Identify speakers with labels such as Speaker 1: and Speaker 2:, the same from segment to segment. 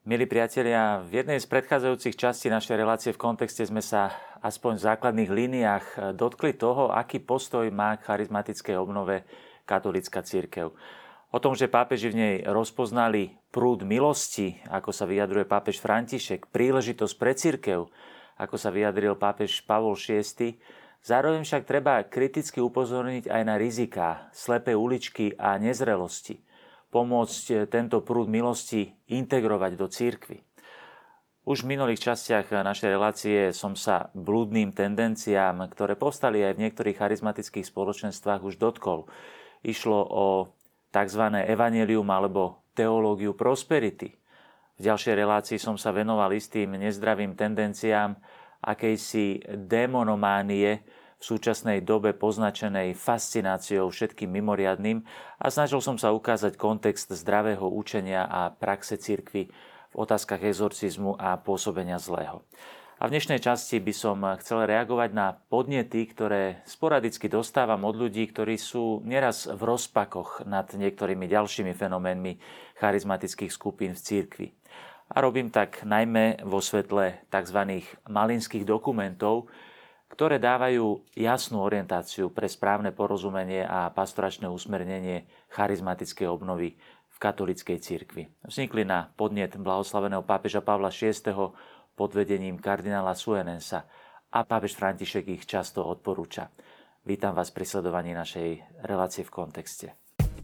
Speaker 1: Milí priatelia, v jednej z predchádzajúcich častí našej relácie v kontexte sme sa aspoň v základných líniách dotkli toho, aký postoj má k charizmatickej obnove katolícka cirkev. O tom, že pápeži v nej rozpoznali prúd milosti, ako sa vyjadruje pápež František, príležitosť pre cirkev, ako sa vyjadril pápež Pavol VI. Zároveň však treba kriticky upozorniť aj na riziká, slepé uličky a nezrelosti. Pomôcť tento prúd milosti integrovať do cirkvi. Už v minulých častiach našej relácie som sa blúdnym tendenciám, ktoré povstali aj v niektorých charizmatických spoločenstvách, už dotkol. Išlo o tzv. Evanjelium alebo teológiu prosperity. V ďalšej relácii som sa venoval istým nezdravým tendenciám akejsi démonománie, v súčasnej dobe poznačenej fascináciou všetkým mimoriadnym a snažil som sa ukázať kontext zdravého učenia a praxe cirkvi v otázkach exorcizmu a pôsobenia zlého. A v dnešnej časti by som chcel reagovať na podnety, ktoré sporadicky dostávam od ľudí, ktorí sú neraz v rozpakoch nad niektorými ďalšími fenoménmi charizmatických skupín v cirkvi. A robím tak najmä vo svetle tzv. Malinských dokumentov, ktoré dávajú jasnú orientáciu pre správne porozumenie a pastoračné usmernenie charizmatickej obnovy v katolíckej cirkvi. Vznikli na podnet blahoslaveného pápeža Pavla VI. Pod vedením kardinála Suenensa a pápež František ich často odporúča. Vítam vás pri sledovaní našej relácie v kontexte.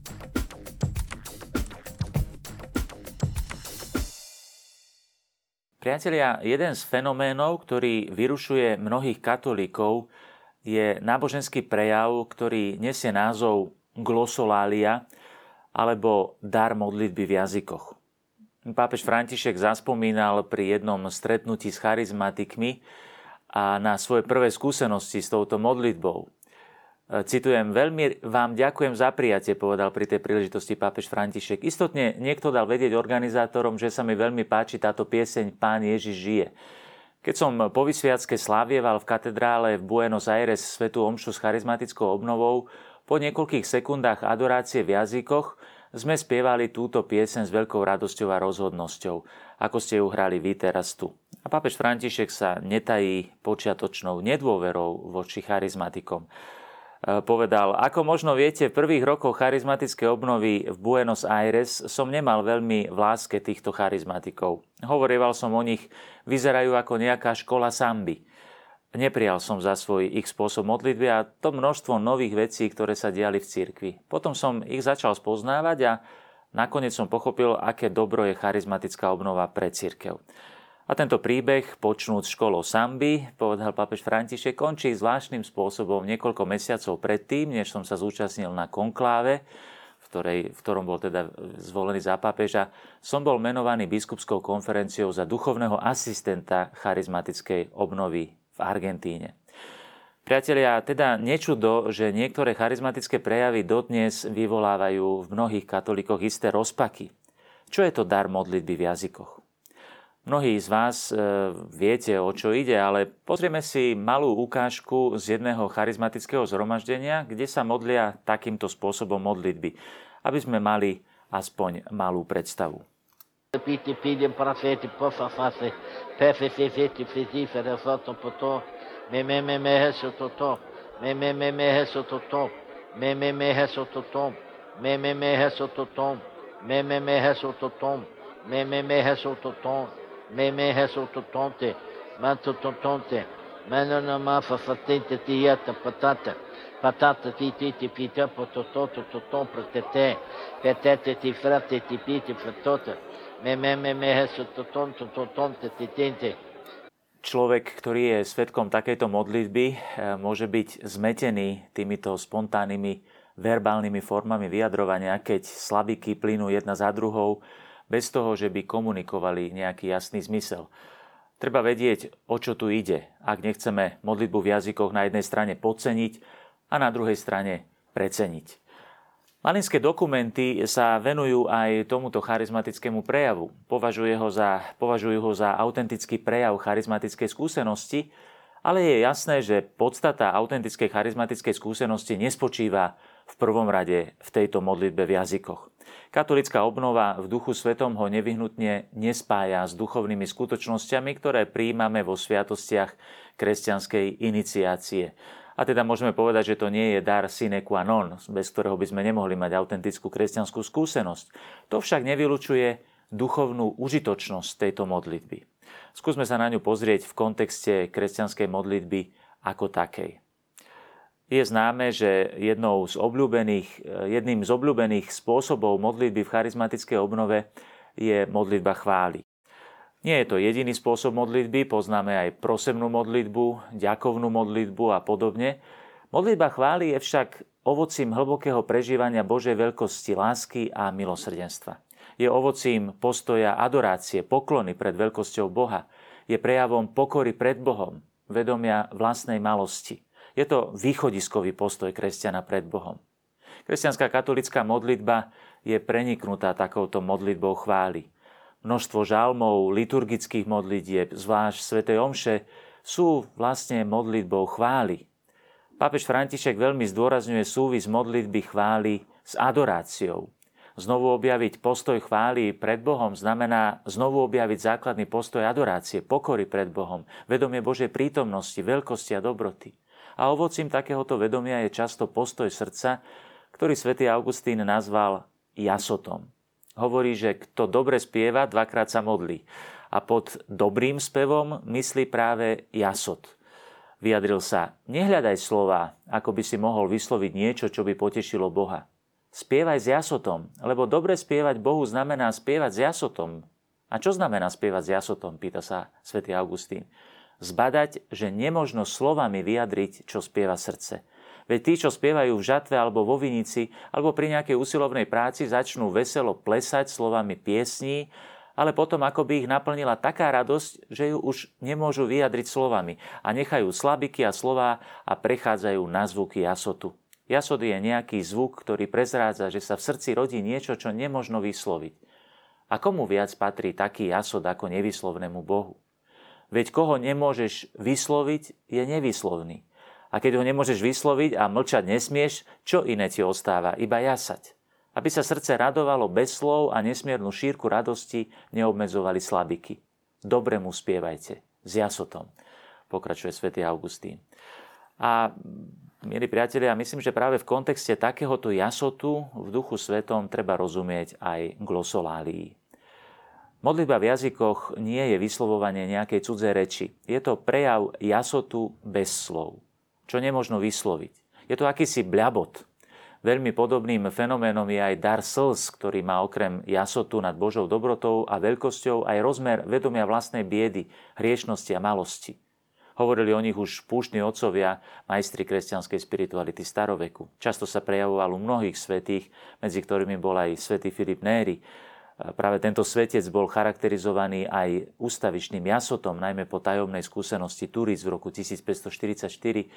Speaker 1: Priatelia, jeden z fenoménov, ktorý vyrušuje mnohých katolíkov, je náboženský prejav, ktorý nesie názov glosolália alebo dar modlitby v jazykoch. Pápež František zaspomínal pri jednom stretnutí s charizmatikmi a na svoje prvé skúsenosti s touto modlitbou. Citujem, veľmi vám ďakujem za prijatie, povedal pri tej príležitosti pápež František. Istotne niekto dal vedieť organizátorom, že sa mi veľmi páči táto pieseň Pán Ježiš žije. Keď som po vysviacke slávieval v katedrále v Buenos Aires svätú omšu s charizmatickou obnovou, po niekoľkých sekundách adorácie v jazykoch sme spievali túto pieseň s veľkou radosťou a rozhodnosťou, ako ste ju hrali vy teraz tu. A pápež František sa netají počiatočnou nedôverou voči charizmatikom. Povedal, ako možno viete, v prvých rokoch charizmatickej obnovy v Buenos Aires som nemal veľmi v láske týchto charizmatikov. Hovorieval som o nich, vyzerajú ako nejaká škola samby. Neprijal som za svoj ich spôsob modlitby a to množstvo nových vecí, ktoré sa diali v cirkvi. Potom som ich začal spoznávať a nakoniec som pochopil, aké dobro je charizmatická obnova pre cirkev. A tento príbeh, počnúc školou samby, povedal pápež František, končí zvláštnym spôsobom niekoľko mesiacov predtým, než som sa zúčastnil na konkláve, v ktorom bol teda zvolený za pápeža, som bol menovaný biskupskou konferenciou za duchovného asistenta charizmatickej obnovy v Argentíne. Priatelia, teda nečudo, že niektoré charizmatické prejavy dodnes vyvolávajú v mnohých katolíkoch isté rozpaky. Čo je to dar modlitby v jazykoch? Mnohí z vás viete, o čo ide, ale pozrieme si malú ukážku z jedného charizmatického zhromaždenia, kde sa modlia takýmto spôsobom modlitby, aby sme mali aspoň malú predstavu.
Speaker 2: Meme hesototonte, mantotonte, mananama fafatente tiata patata, patata titi pita potototo toton protete, petete ti frate ti piti fratota, meme hesototonte totonte titente.
Speaker 1: Človek, ktorý je svedkom takejto modlitby, môže byť zmetený týmito spontánnymi verbálnymi formami vyjadrovania, keď slabiky plynú jedna za druhou, bez toho, že by komunikovali nejaký jasný zmysel. Treba vedieť, o čo tu ide, ak nechceme modlitbu v jazykoch na jednej strane podceniť a na druhej strane preceniť. Malinské dokumenty sa venujú aj tomuto charizmatickému prejavu. Považujú ho za autentický prejav charizmatickej skúsenosti, ale je jasné, že podstata autentickej charizmatickej skúsenosti nespočíva v prvom rade v tejto modlitbe v jazykoch. Katolická obnova v Duchu Svetom ho nevyhnutne nespája s duchovnými skutočnosťami, ktoré prijímame vo sviatostiach kresťanskej iniciácie. A teda môžeme povedať, že to nie je dar sine qua non, bez ktorého by sme nemohli mať autentickú kresťanskú skúsenosť. To však nevylučuje duchovnú užitočnosť tejto modlitby. Skúsme sa na ňu pozrieť v kontexte kresťanskej modlitby ako takej. Je známe, že jedným z obľúbených spôsobov modlitby v charizmatickej obnove je modlitba chvály. Nie je to jediný spôsob modlitby, poznáme aj prosebnú modlitbu, ďakovnú modlitbu a podobne. Modlitba chvály je však ovocím hlbokého prežívania Božej veľkosti, lásky a milosrdenstva. Je ovocím postoja adorácie, poklony pred veľkosťou Boha. Je prejavom pokory pred Bohom, vedomia vlastnej malosti. Je to východiskový postoj kresťana pred Bohom. Kresťanská katolická modlitba je preniknutá takouto modlitbou chvály. Množstvo žalmov, liturgických modlitieb, zvlášť svätej omše, sú vlastne modlitbou chvály. Pápež František veľmi zdôrazňuje súvis modlitby chvály s adoráciou. Znovu objaviť postoj chvály pred Bohom znamená znovu objaviť základný postoj adorácie, pokory pred Bohom, vedomie Božej prítomnosti, veľkosti a dobroty. A ovocím takéhoto vedomia je často postoj srdca, ktorý svätý Augustín nazval jasotom. Hovorí, že kto dobre spieva, dvakrát sa modlí. A pod dobrým spevom myslí práve jasot. Vyjadril sa, nehľadaj slová, ako by si mohol vysloviť niečo, čo by potešilo Boha. Spievaj s jasotom, lebo dobre spievať Bohu znamená spievať s jasotom. A čo znamená spievať s jasotom, pýta sa svätý Augustín. Zbadať, že nemožno slovami vyjadriť, čo spieva srdce. Veď tí, čo spievajú v žatve alebo vo vinici, alebo pri nejakej usilovnej práci, začnú veselo plesať slovami piesní, ale potom akoby ich naplnila taká radosť, že ju už nemôžu vyjadriť slovami a nechajú slabiky a slová a prechádzajú na zvuky jasotu. Jasot je nejaký zvuk, ktorý prezrádza, že sa v srdci rodí niečo, čo nemožno vysloviť. A komu viac patrí taký jasot ako nevyslovnému Bohu? Veď koho nemôžeš vysloviť, je nevyslovný. A keď ho nemôžeš vysloviť a mlčať nesmieš, čo iné ti ostáva? Iba jasať. Aby sa srdce radovalo bez slov a nesmiernu šírku radosti neobmedzovali slabiky. Dobre mu spievajte, s jasotom, pokračuje svätý Augustín. A milí priatelia, myslím, že práve v kontexte takéhoto jasotu v Duchu Svetom treba rozumieť aj glosolálii. Modlitba v jazykoch nie je vyslovovanie nejakej cudzej reči. Je to prejav jasotu bez slov, čo nemožno vysloviť. Je to akýsi bľabot. Veľmi podobným fenoménom je aj dar slz, ktorý má okrem jasotu nad Božou dobrotou a veľkosťou aj rozmer vedomia vlastnej biedy, hriešnosti a malosti. Hovorili o nich už púštni otcovia, majstri kresťanskej spirituality staroveku. Často sa prejavoval u mnohých svätých, medzi ktorými bol aj svätý Filip Néri. Práve tento svetec bol charakterizovaný aj ústavičným jasotom, najmä po tajomnej skúsenosti Turíc v roku 1544.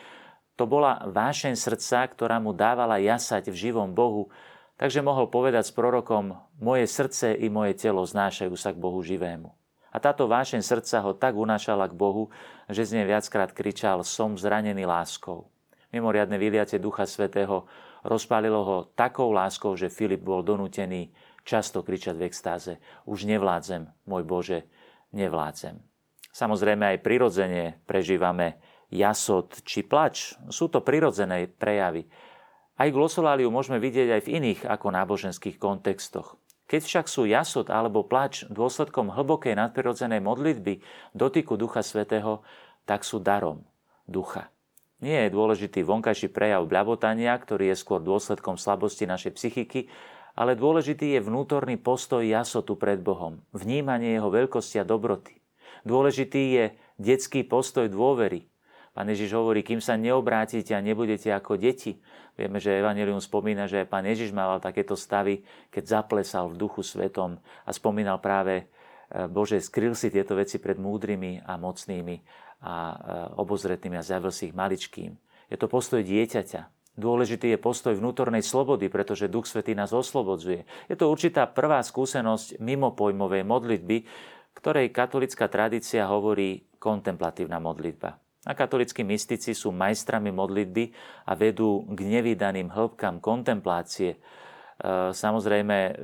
Speaker 1: To bola vášeň srdca, ktorá mu dávala jasať v živom Bohu, takže mohol povedať s prorokom, moje srdce i moje telo znášajú sa k Bohu živému. A táto vášeň srdca ho tak unášala k Bohu, že z nej viackrát kričal, som zranený láskou. Mimoriadne vyliatie Ducha Svätého rozpálilo ho takou láskou, že Filip bol donútený často kričať v extáze, už nevládzem, môj Bože, nevládzem. Samozrejme aj prirodzene prežívame jasot či plač. Sú to prirodzené prejavy. Aj glosoláliu môžeme vidieť aj v iných ako náboženských kontextoch. Keď však sú jasot alebo plač dôsledkom hlbokej nadprirodzenej modlitby, dotyku Ducha Svätého, tak sú darom Ducha. Nie je dôležitý vonkajší prejav bľabotania, ktorý je skôr dôsledkom slabosti našej psychiky, ale dôležitý je vnútorný postoj jasotu pred Bohom, vnímanie jeho veľkosti a dobroty. Dôležitý je detský postoj dôvery. Pán Ježiš hovorí, kým sa neobrátite a nebudete ako deti. Vieme, že Evanjelium spomína, že pán Ježiš mal takéto stavy, keď zaplesal v Duchu Svetom a spomínal práve, Bože, skryl si tieto veci pred múdrymi a mocnými a obozretnými a zjavil si ich maličkým. Je to postoj dieťaťa. Dôležitý je postoj vnútornej slobody, pretože Duch Svätý nás oslobodzuje. Je to určitá prvá skúsenosť mimopojmovej modlitby, ktorej katolická tradícia hovorí kontemplatívna modlitba. A katolícki mystici sú majstrami modlitby a vedú k nevídaným hĺbkam kontemplácie. Samozrejme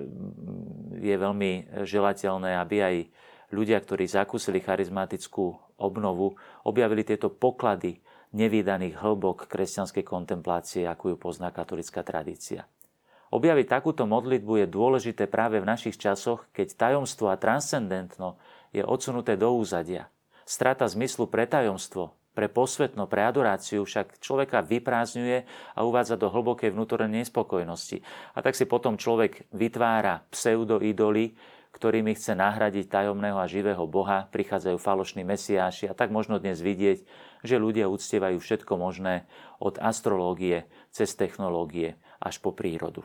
Speaker 1: je veľmi želateľné, aby aj ľudia, ktorí zakúsili charizmatickú obnovu, objavili tieto poklady nevídaných hĺbok kresťanskej kontemplácie, ako ju pozná katolická tradícia. Objaviť takúto modlitbu je dôležité práve v našich časoch, keď tajomstvo a transcendentno je odsunuté do úzadia. Strata zmyslu pre tajomstvo, pre posvetno, pre adoráciu však človeka vyprázdňuje a uvádza do hlbokej vnútornej nespokojnosti. A tak si potom človek vytvára pseudoidoly, ktorými chce nahradiť tajomného a živého Boha, prichádzajú falošní mesiáši a tak možno dnes vidieť, že ľudia uctievajú všetko možné od astrológie cez technológie až po prírodu.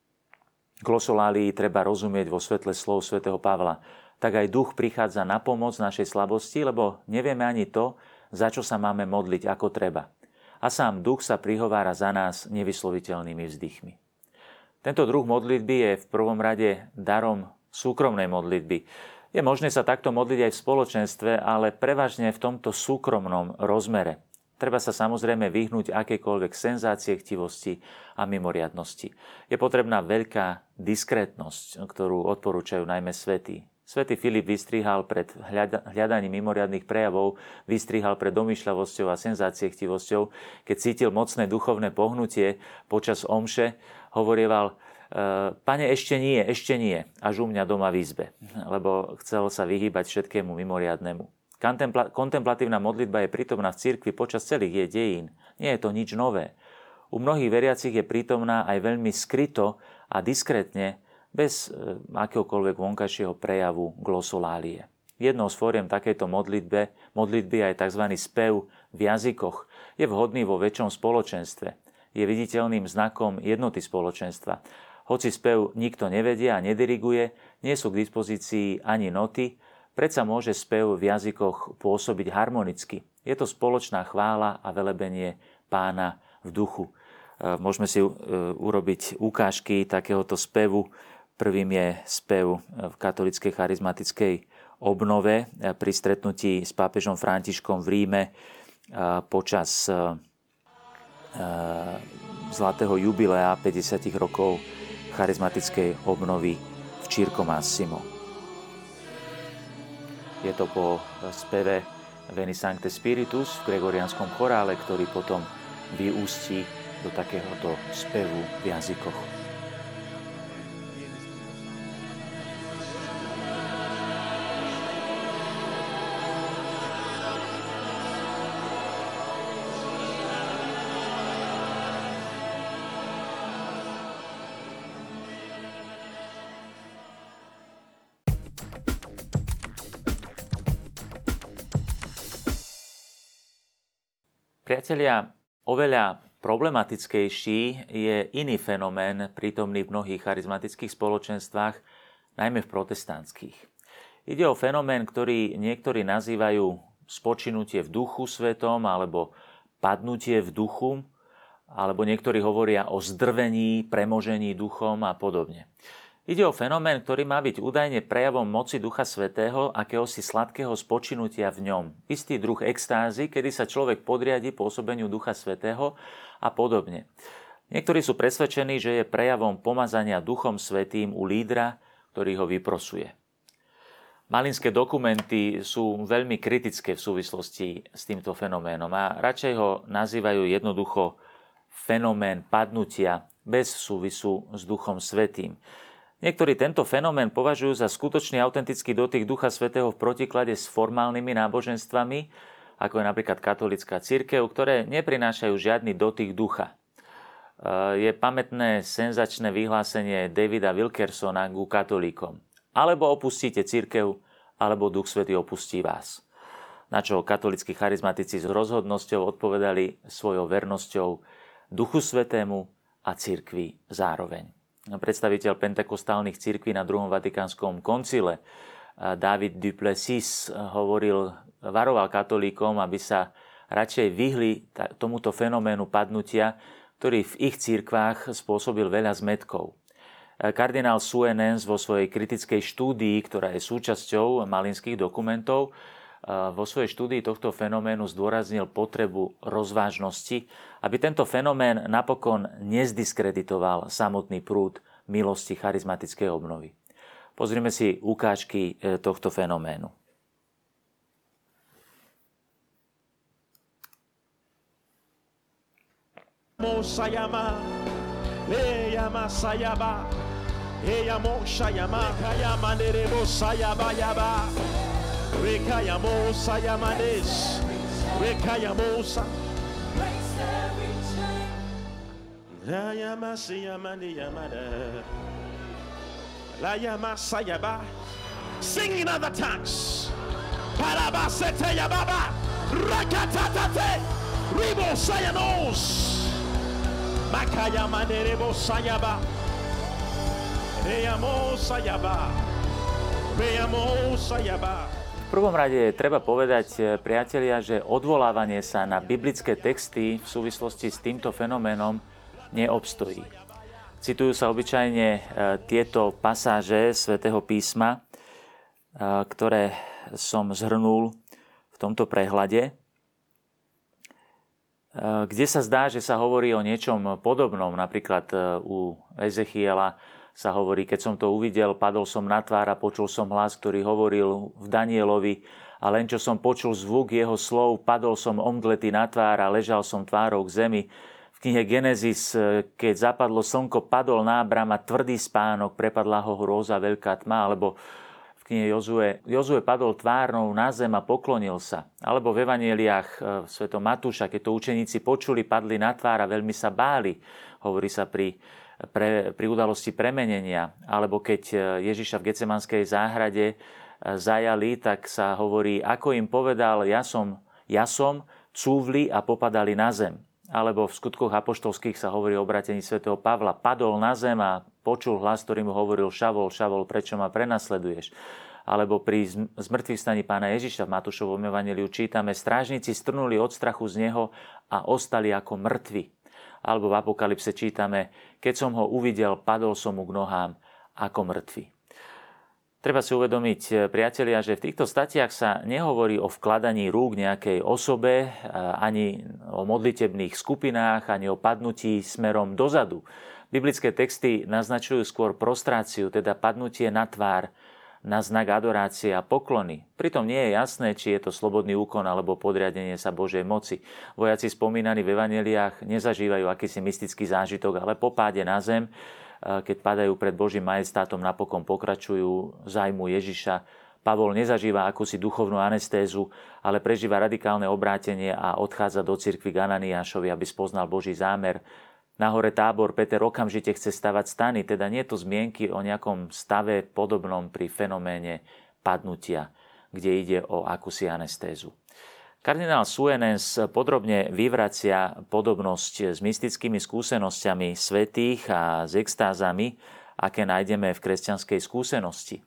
Speaker 1: Glosolálii treba rozumieť vo svetle slov svätého Pavla. Tak aj duch prichádza na pomoc našej slabosti, lebo nevieme ani to, za čo sa máme modliť ako treba. A sám duch sa prihovára za nás nevysloviteľnými vzdychmi. Tento druh modlitby je v prvom rade darom súkromnej modlitby. Je možné sa takto modliť aj v spoločenstve, ale prevažne v tomto súkromnom rozmere. Treba sa samozrejme vyhnúť akékoľvek senzácie, chtivosti a mimoriadnosti. Je potrebná veľká diskrétnosť, ktorú odporúčajú najmä svätí. Svätý Filip vystrihal pred hľadaním mimoriadnych prejavov, vystrihal pred domýšľavosťou a senzácie chtivosťou. Keď cítil mocné duchovné pohnutie počas omše, hovorieval: Pane, ešte nie, až u mňa doma v izbe, lebo chcel sa vyhýbať všetkému mimoriadnemu. Kontemplatívna modlitba je prítomná v cirkvi počas celých jej dejín. Nie je to nič nové. U mnohých veriacich je prítomná aj veľmi skryto a diskrétne, bez akéhokoľvek vonkajšieho prejavu glosolálie. Jednou z fóriem takejto modlitby je aj tzv. Spev v jazykoch. Je vhodný vo väčšom spoločenstve. Je viditeľným znakom jednoty spoločenstva. Hoci spev nikto nevedia a nediriguje, nie sú k dispozícii ani noty, predsa môže spev v jazykoch pôsobiť harmonicky. Je to spoločná chvála a velebenie Pána v duchu. Môžeme si urobiť ukážky takéhoto spevu. Prvým je spev v katolíckej charizmatickej obnove pri stretnutí s pápežom Františkom v Ríme počas zlatého jubilea 50 rokov charizmatickej obnovy v Circo Massimo. Je to po speve Veni Sancte Spiritus v gregoriánskom chorále, ktorý potom vyústí do takéhoto spevu v jazykoch. Priatelia, oveľa problematickejší je iný fenomén prítomný v mnohých charizmatických spoločenstvách, najmä v protestantských. Ide o fenomén, ktorý niektorí nazývajú spočinutie v duchu svetom alebo padnutie v duchu, alebo niektorí hovoria o zdrvení, premožení duchom a podobne. Ide o fenomén, ktorý má byť údajne prejavom moci Ducha Svätého, akéhosi sladkého spočinutia v ňom. Istý druh extázy, kedy sa človek podriadi pôsobeniu Ducha Svätého a podobne. Niektorí sú presvedčení, že je prejavom pomazania Duchom Svätým u lídra, ktorý ho vyprosuje. Malinské dokumenty sú veľmi kritické v súvislosti s týmto fenoménom a radšej ho nazývajú jednoducho fenomén padnutia bez súvisu s Duchom Svätým. Niektorí tento fenomén považujú za skutočný autentický dotyk Ducha Svätého v protiklade s formálnymi náboženstvami, ako je napríklad katolícka cirkev, ktoré neprinášajú žiadny dotyk ducha. Je pamätné senzačné vyhlásenie Davida Wilkersona ku katolíkom. Alebo opustíte cirkev, alebo Duch Svätý opustí vás. Na čo katolícki charizmatici s rozhodnosťou odpovedali svojou vernosťou Duchu Svätému a cirkvi zároveň. Predstaviteľ pentekostálnych cirkví na druhom vatikánskom koncile David du Plessis varoval katolíkom, aby sa radšej vyhli tomuto fenoménu padnutia, ktorý v ich cirkvách spôsobil veľa zmätkov. Kardinál Suenens vo svojej kritickej štúdii, ktorá je súčasťou malinských dokumentov, vo svojej štúdii tohto fenoménu zdôraznil potrebu rozvážnosti, aby tento fenomén napokon nezdiskreditoval samotný prúd milosti charizmatickej obnovy. Pozrime si ukážky tohto fenoménu.
Speaker 3: Sayama, Leyama Sayaba, Eyamo Sayama, Kayama Nerebo Sayaba Yaba, Rekayamo Sayamanes, Rekayamosa, Layama Sayamani Yamada, Layama Sayaba, sing in other tongues, Parabasete Yababa, Rakatate, Ribo Sayanos. Makaya manerebo sayaba, reyamo sayaba, reyamo sayaba.
Speaker 1: V prvom rade treba povedať, priatelia, že odvolávanie sa na biblické texty v súvislosti s týmto fenoménom neobstojí. Citujú sa obyčajne tieto pasáže Svätého písma, ktoré som zhrnul v tomto prehľade, kde sa zdá, že sa hovorí o niečom podobnom. Napríklad u Ezechiela sa hovorí, keď som to uvidel, padol som na tvár a počul som hlas, ktorý hovoril v Danielovi, a len čo som počul zvuk jeho slov, padol som omdletý na tvár a ležal som tvárou k zemi. V knihe Genesis, keď zapadlo slnko, padol na Abrama tvrdý spánok, prepadla ho hrôza, veľká tma, alebo knihe Jozue padol tvárnou na zem a poklonil sa. Alebo v evanjeliách svätého Matúša, keď to učeníci počuli, padli na tvár a veľmi sa báli. Hovorí sa pri udalosti premenenia. Alebo keď Ježiša v Getsemanskej záhrade zajali, tak sa hovorí, ako im povedal, ja som, cúvli a popadali na zem. Alebo v skutkoch apoštolských sa hovorí o obrátení svätého Pavla. Padol na zem a počul hlas, ktorý mu hovoril, Šavol, Šavol, prečo ma prenasleduješ? Alebo pri zmŕtvychvstaní pána Ježiša v Matúšovom evanjeliu čítame, strážnici strnuli od strachu z neho a ostali ako mŕtvi. Alebo v Apokalypse čítame, keď som ho uvidel, padol som mu k nohám ako mŕtvi. Treba si uvedomiť, priatelia, že v týchto statiach sa nehovorí o vkladaní rúk nejakej osobe, ani o modlitebných skupinách, ani o padnutí smerom dozadu. Biblické texty naznačujú skôr prostráciu, teda padnutie na tvár, na znak adorácie a poklony. Pritom nie je jasné, či je to slobodný úkon alebo podriadenie sa Božej moci. Vojaci spomínaní v evanjeliách nezažívajú akýsi mystický zážitok, ale po páde na zem, keď padajú pred Božím majestátom, napokon pokračujú zájmu Ježiša. Pavol nezažíva akúsi duchovnú anestézu, ale prežíva radikálne obrátenie a odchádza do cirkvi k Ananiášovi, aby spoznal Boží zámer. Na hore Tábor Peter okamžite chce stavať stany, teda nie je to zmienky o nejakom stave podobnom pri fenoméne padnutia, kde ide o akúsi anestézu. Kardinál Suenens podrobne vyvracia podobnosť s mystickými skúsenosťami svätých a s extázami, aké nájdeme v kresťanskej skúsenosti.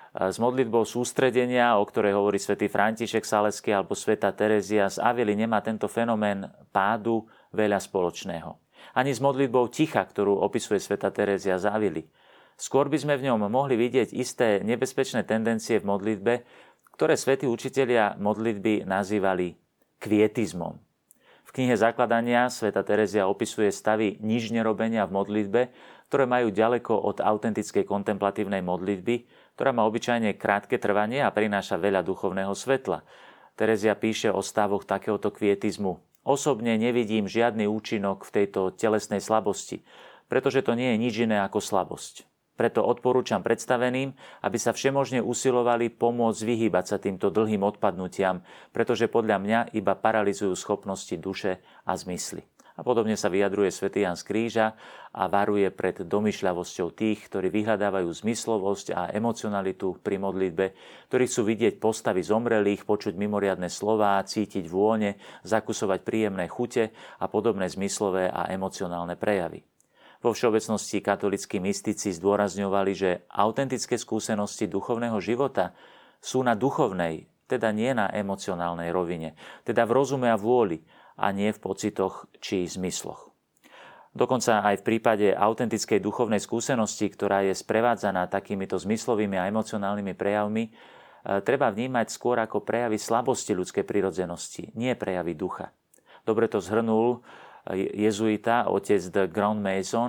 Speaker 1: S modlitbou sústredenia, o ktorej hovorí svätý František Saleský alebo svätá Terezia z Avily, nemá tento fenomén pádu veľa spoločného. Ani s modlitbou ticha, ktorú opisuje svätá Terezia z Avily. Skôr by sme v ňom mohli vidieť isté nebezpečné tendencie v modlitbe, ktoré svätí učitelia modlitby nazývali kvietizmom. V knihe Zakladania svätá Terezia opisuje stavy nič nerobenia v modlitbe, ktoré majú ďaleko od autentickej kontemplatívnej modlitby, ktorá má obyčajne krátke trvanie a prináša veľa duchovného svetla. Terezia píše o stavoch takéhoto kvietizmu. Osobne nevidím žiadny účinok v tejto telesnej slabosti, pretože to nie je nič iné ako slabosť. Preto odporúčam predstaveným, aby sa všemožne usilovali pomôcť vyhýbať sa týmto dlhým odpadnutiam, pretože podľa mňa iba paralyzujú schopnosti duše a zmysly. A podobne sa vyjadruje svätý Ján z Kríža a varuje pred domýšľavosťou tých, ktorí vyhľadávajú zmyslovosť a emocionalitu pri modlitbe, ktorí chcú vidieť postavy zomrelých, počuť mimoriadne slová, cítiť vône, zakusovať príjemné chute a podobné zmyslové a emocionálne prejavy. Vo všeobecnosti katolícki mystici zdôrazňovali, že autentické skúsenosti duchovného života sú na duchovnej, teda nie na emocionálnej rovine, teda v rozume a vôli, a nie v pocitoch či zmysloch. Dokonca aj v prípade autentickej duchovnej skúsenosti, ktorá je sprevádzaná takýmito zmyslovými a emocionálnymi prejavmi, treba vnímať skôr ako prejavy slabosti ľudskej prirodzenosti, nie prejavy ducha. Dobre to zhrnul jezuita, otec de Grand Maison,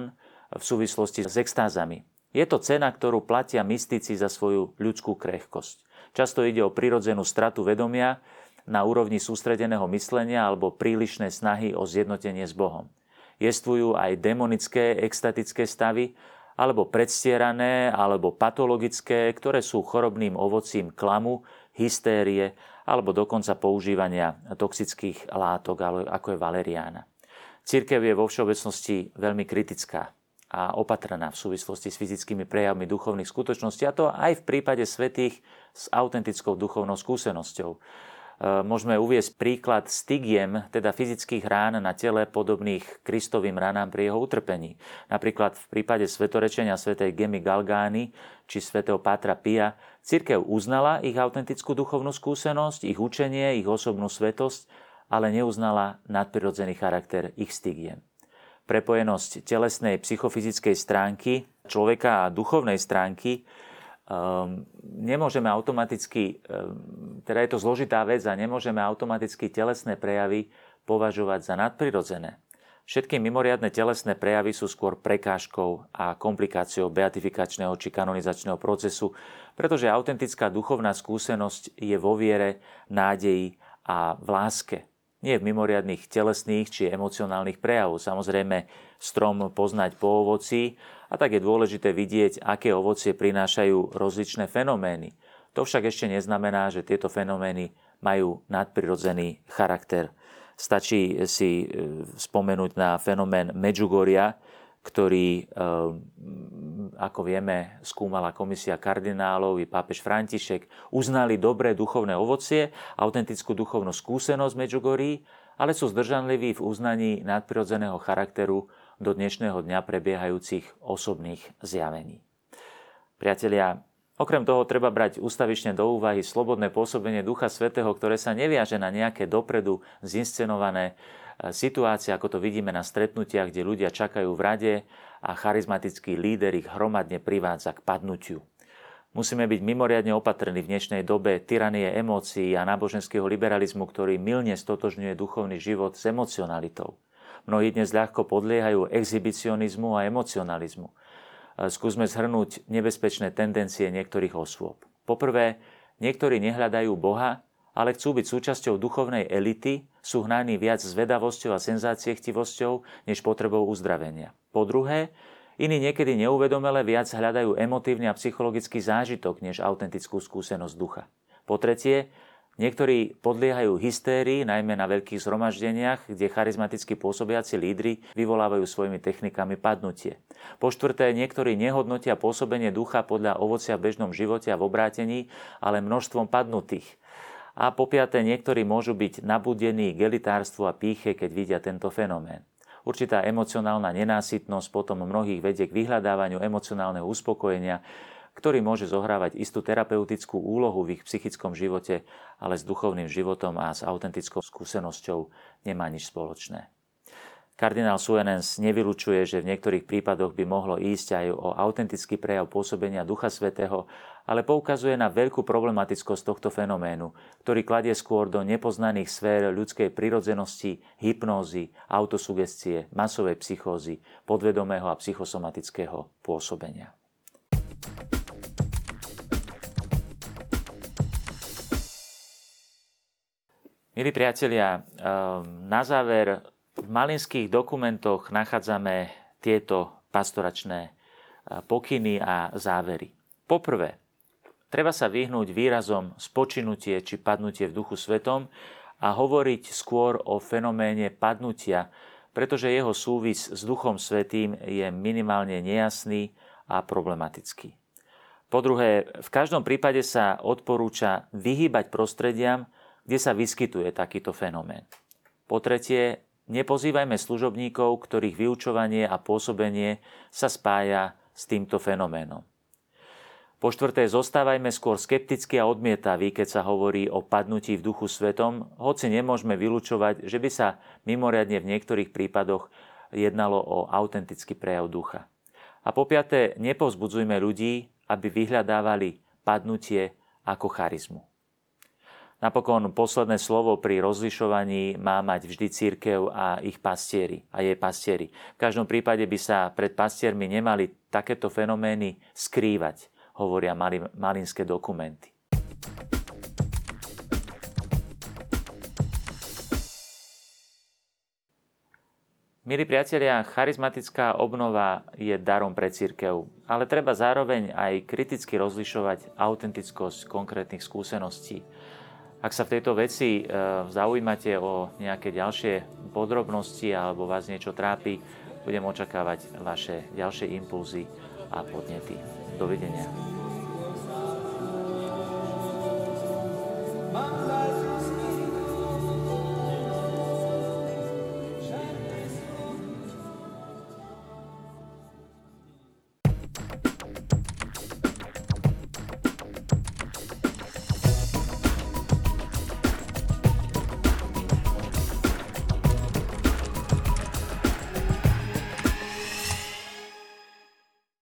Speaker 1: v súvislosti s extázami. Je to cena, ktorú platia mystici za svoju ľudskú krehkosť. Často ide o prirodzenú stratu vedomia na úrovni sústredeného myslenia alebo prílišné snahy o zjednotenie s Bohom. Jestvujú aj demonické extatické stavy, alebo predstierané, alebo patologické, ktoré sú chorobným ovocím klamu, hystérie, alebo dokonca používania toxických látok, ako je valeriána. Cirkev je vo všeobecnosti veľmi kritická a opatrná v súvislosti s fyzickými prejavmi duchovných skutočností, a to aj v prípade svätých s autentickou duchovnou skúsenosťou. Môžeme uviesť príklad stigiem, teda fyzických rán na tele podobných Kristovým ranám pri jeho utrpení. Napríklad v prípade svetorečenia svätej Gemy Galgány či svätého Pátra Pia cirkev uznala ich autentickú duchovnú skúsenosť, ich učenie, ich osobnú svetosť, ale neuznala nadprirodzený charakter ich stigiem. Prepojenosť telesnej psychofyzickej stránky človeka a duchovnej stránky nemôžeme automaticky, teda je to zložitá vec a nemôžeme automaticky telesné prejavy považovať za nadprirodzené. Všetky mimoriadne telesné prejavy sú skôr prekážkou a komplikáciou beatifikačného či kanonizačného procesu, pretože autentická duchovná skúsenosť je vo viere, nádeji a v láske. Nie v mimoriadnych telesných či emocionálnych prejavoch. Samozrejme, strom poznať po ovoci, a tak je dôležité vidieť, aké ovocie prinášajú rozličné fenomény. To však ešte neznamená, že tieto fenomény majú nadprirodzený charakter. Stačí si spomenúť na fenomén Medjugorja, ktorý, ako vieme, skúmala komisia kardinálov i pápež František, uznali dobré duchovné ovocie, autentickú duchovnú skúsenosť Medjugorji, ale sú zdržanliví v uznaní nadprirodzeného charakteru do dnešného dňa prebiehajúcich osobných zjavení. Priatelia, okrem toho treba brať ústavične do úvahy slobodné pôsobenie Ducha Svätého, ktoré sa neviaže na nejaké dopredu zinscenované situácie, ako to vidíme na stretnutiach, kde ľudia čakajú v rade a charizmatický líder ich hromadne privádza k padnutiu. Musíme byť mimoriadne opatrní v dnešnej dobe tyranie emócií a náboženského liberalizmu, ktorý mylne stotožňuje duchovný život s emocionalitou. Mnohí dnes ľahko podliehajú exhibicionizmu a emocionalizmu. Skúsme zhrnúť nebezpečné tendencie niektorých osôb. Poprvé, niektorí nehľadajú Boha, ale chcú byť súčasťou duchovnej elity, sú hnaní viac zvedavosťou a senzáciechtivosťou, než potrebou uzdravenia. Po druhé, iní niekedy neuvedomele viac hľadajú emotívny a psychologický zážitok, než autentickú skúsenosť ducha. Po tretie, niektorí podliehajú hystérii, najmä na veľkých zhromaždeniach, kde charizmaticky pôsobiaci lídri vyvolávajú svojimi technikami padnutie. Po štvrté, niektorí nehodnotia pôsobenie ducha podľa ovocia v bežnom živote a v obrátení, ale množstvom padnutých. A po piaté, niektorí môžu byť nabudení k elitárstvu a pýche, keď vidia tento fenomén. Určitá emocionálna nenásytnosť potom mnohých vedie k vyhľadávaniu emocionálneho uspokojenia, ktorý môže zohrávať istú terapeutickú úlohu v ich psychickom živote, ale s duchovným životom a s autentickou skúsenosťou nemá nič spoločné. Kardinál Suenens nevylučuje, že v niektorých prípadoch by mohlo ísť aj o autentický prejav pôsobenia Ducha Svätého, ale poukazuje na veľkú problematickosť tohto fenoménu, ktorý kladie skôr do nepoznaných sfér ľudskej prirodzenosti, hypnózy, autosugestie, masovej psychózy, podvedomého a psychosomatického pôsobenia. Milí priatelia, na záver v malinských dokumentoch nachádzame tieto pastoračné pokyny a závery. Poprvé, treba sa vyhnúť výrazom spočinutie či padnutie v Duchu Svetom a hovoriť skôr o fenoméne padnutia, pretože jeho súvis s Duchom Svätým je minimálne nejasný a problematický. Po druhé, v každom prípade sa odporúča vyhýbať prostrediam, kde sa vyskytuje takýto fenomén. Po tretie, nepozývajme služobníkov, ktorých vyučovanie a pôsobenie sa spája s týmto fenoménom. Po štvrté, zostávajme skôr skeptickí a odmietaví, keď sa hovorí o padnutí v Duchu Svetom, hoci nemôžeme vylučovať, že by sa mimoriadne v niektorých prípadoch jednalo o autentický prejav ducha. A po piaté, nepovzbudzujme ľudí, aby vyhľadávali padnutie ako charizmu. Napokon posledné slovo pri rozlišovaní má mať vždy cirkev a ich pastieri a jej pastieri. V každom prípade by sa pred pastiermi nemali takéto fenomény skrývať, hovoria malinské dokumenty. Milí priatelia, charizmatická obnova je darom pre cirkev, ale treba zároveň aj kriticky rozlišovať autentickosť konkrétnych skúseností. Ak sa v tejto veci zaujímate o nejaké ďalšie podrobnosti alebo vás niečo trápi, budem očakávať vaše ďalšie impulzy a podnety. Dovidenia.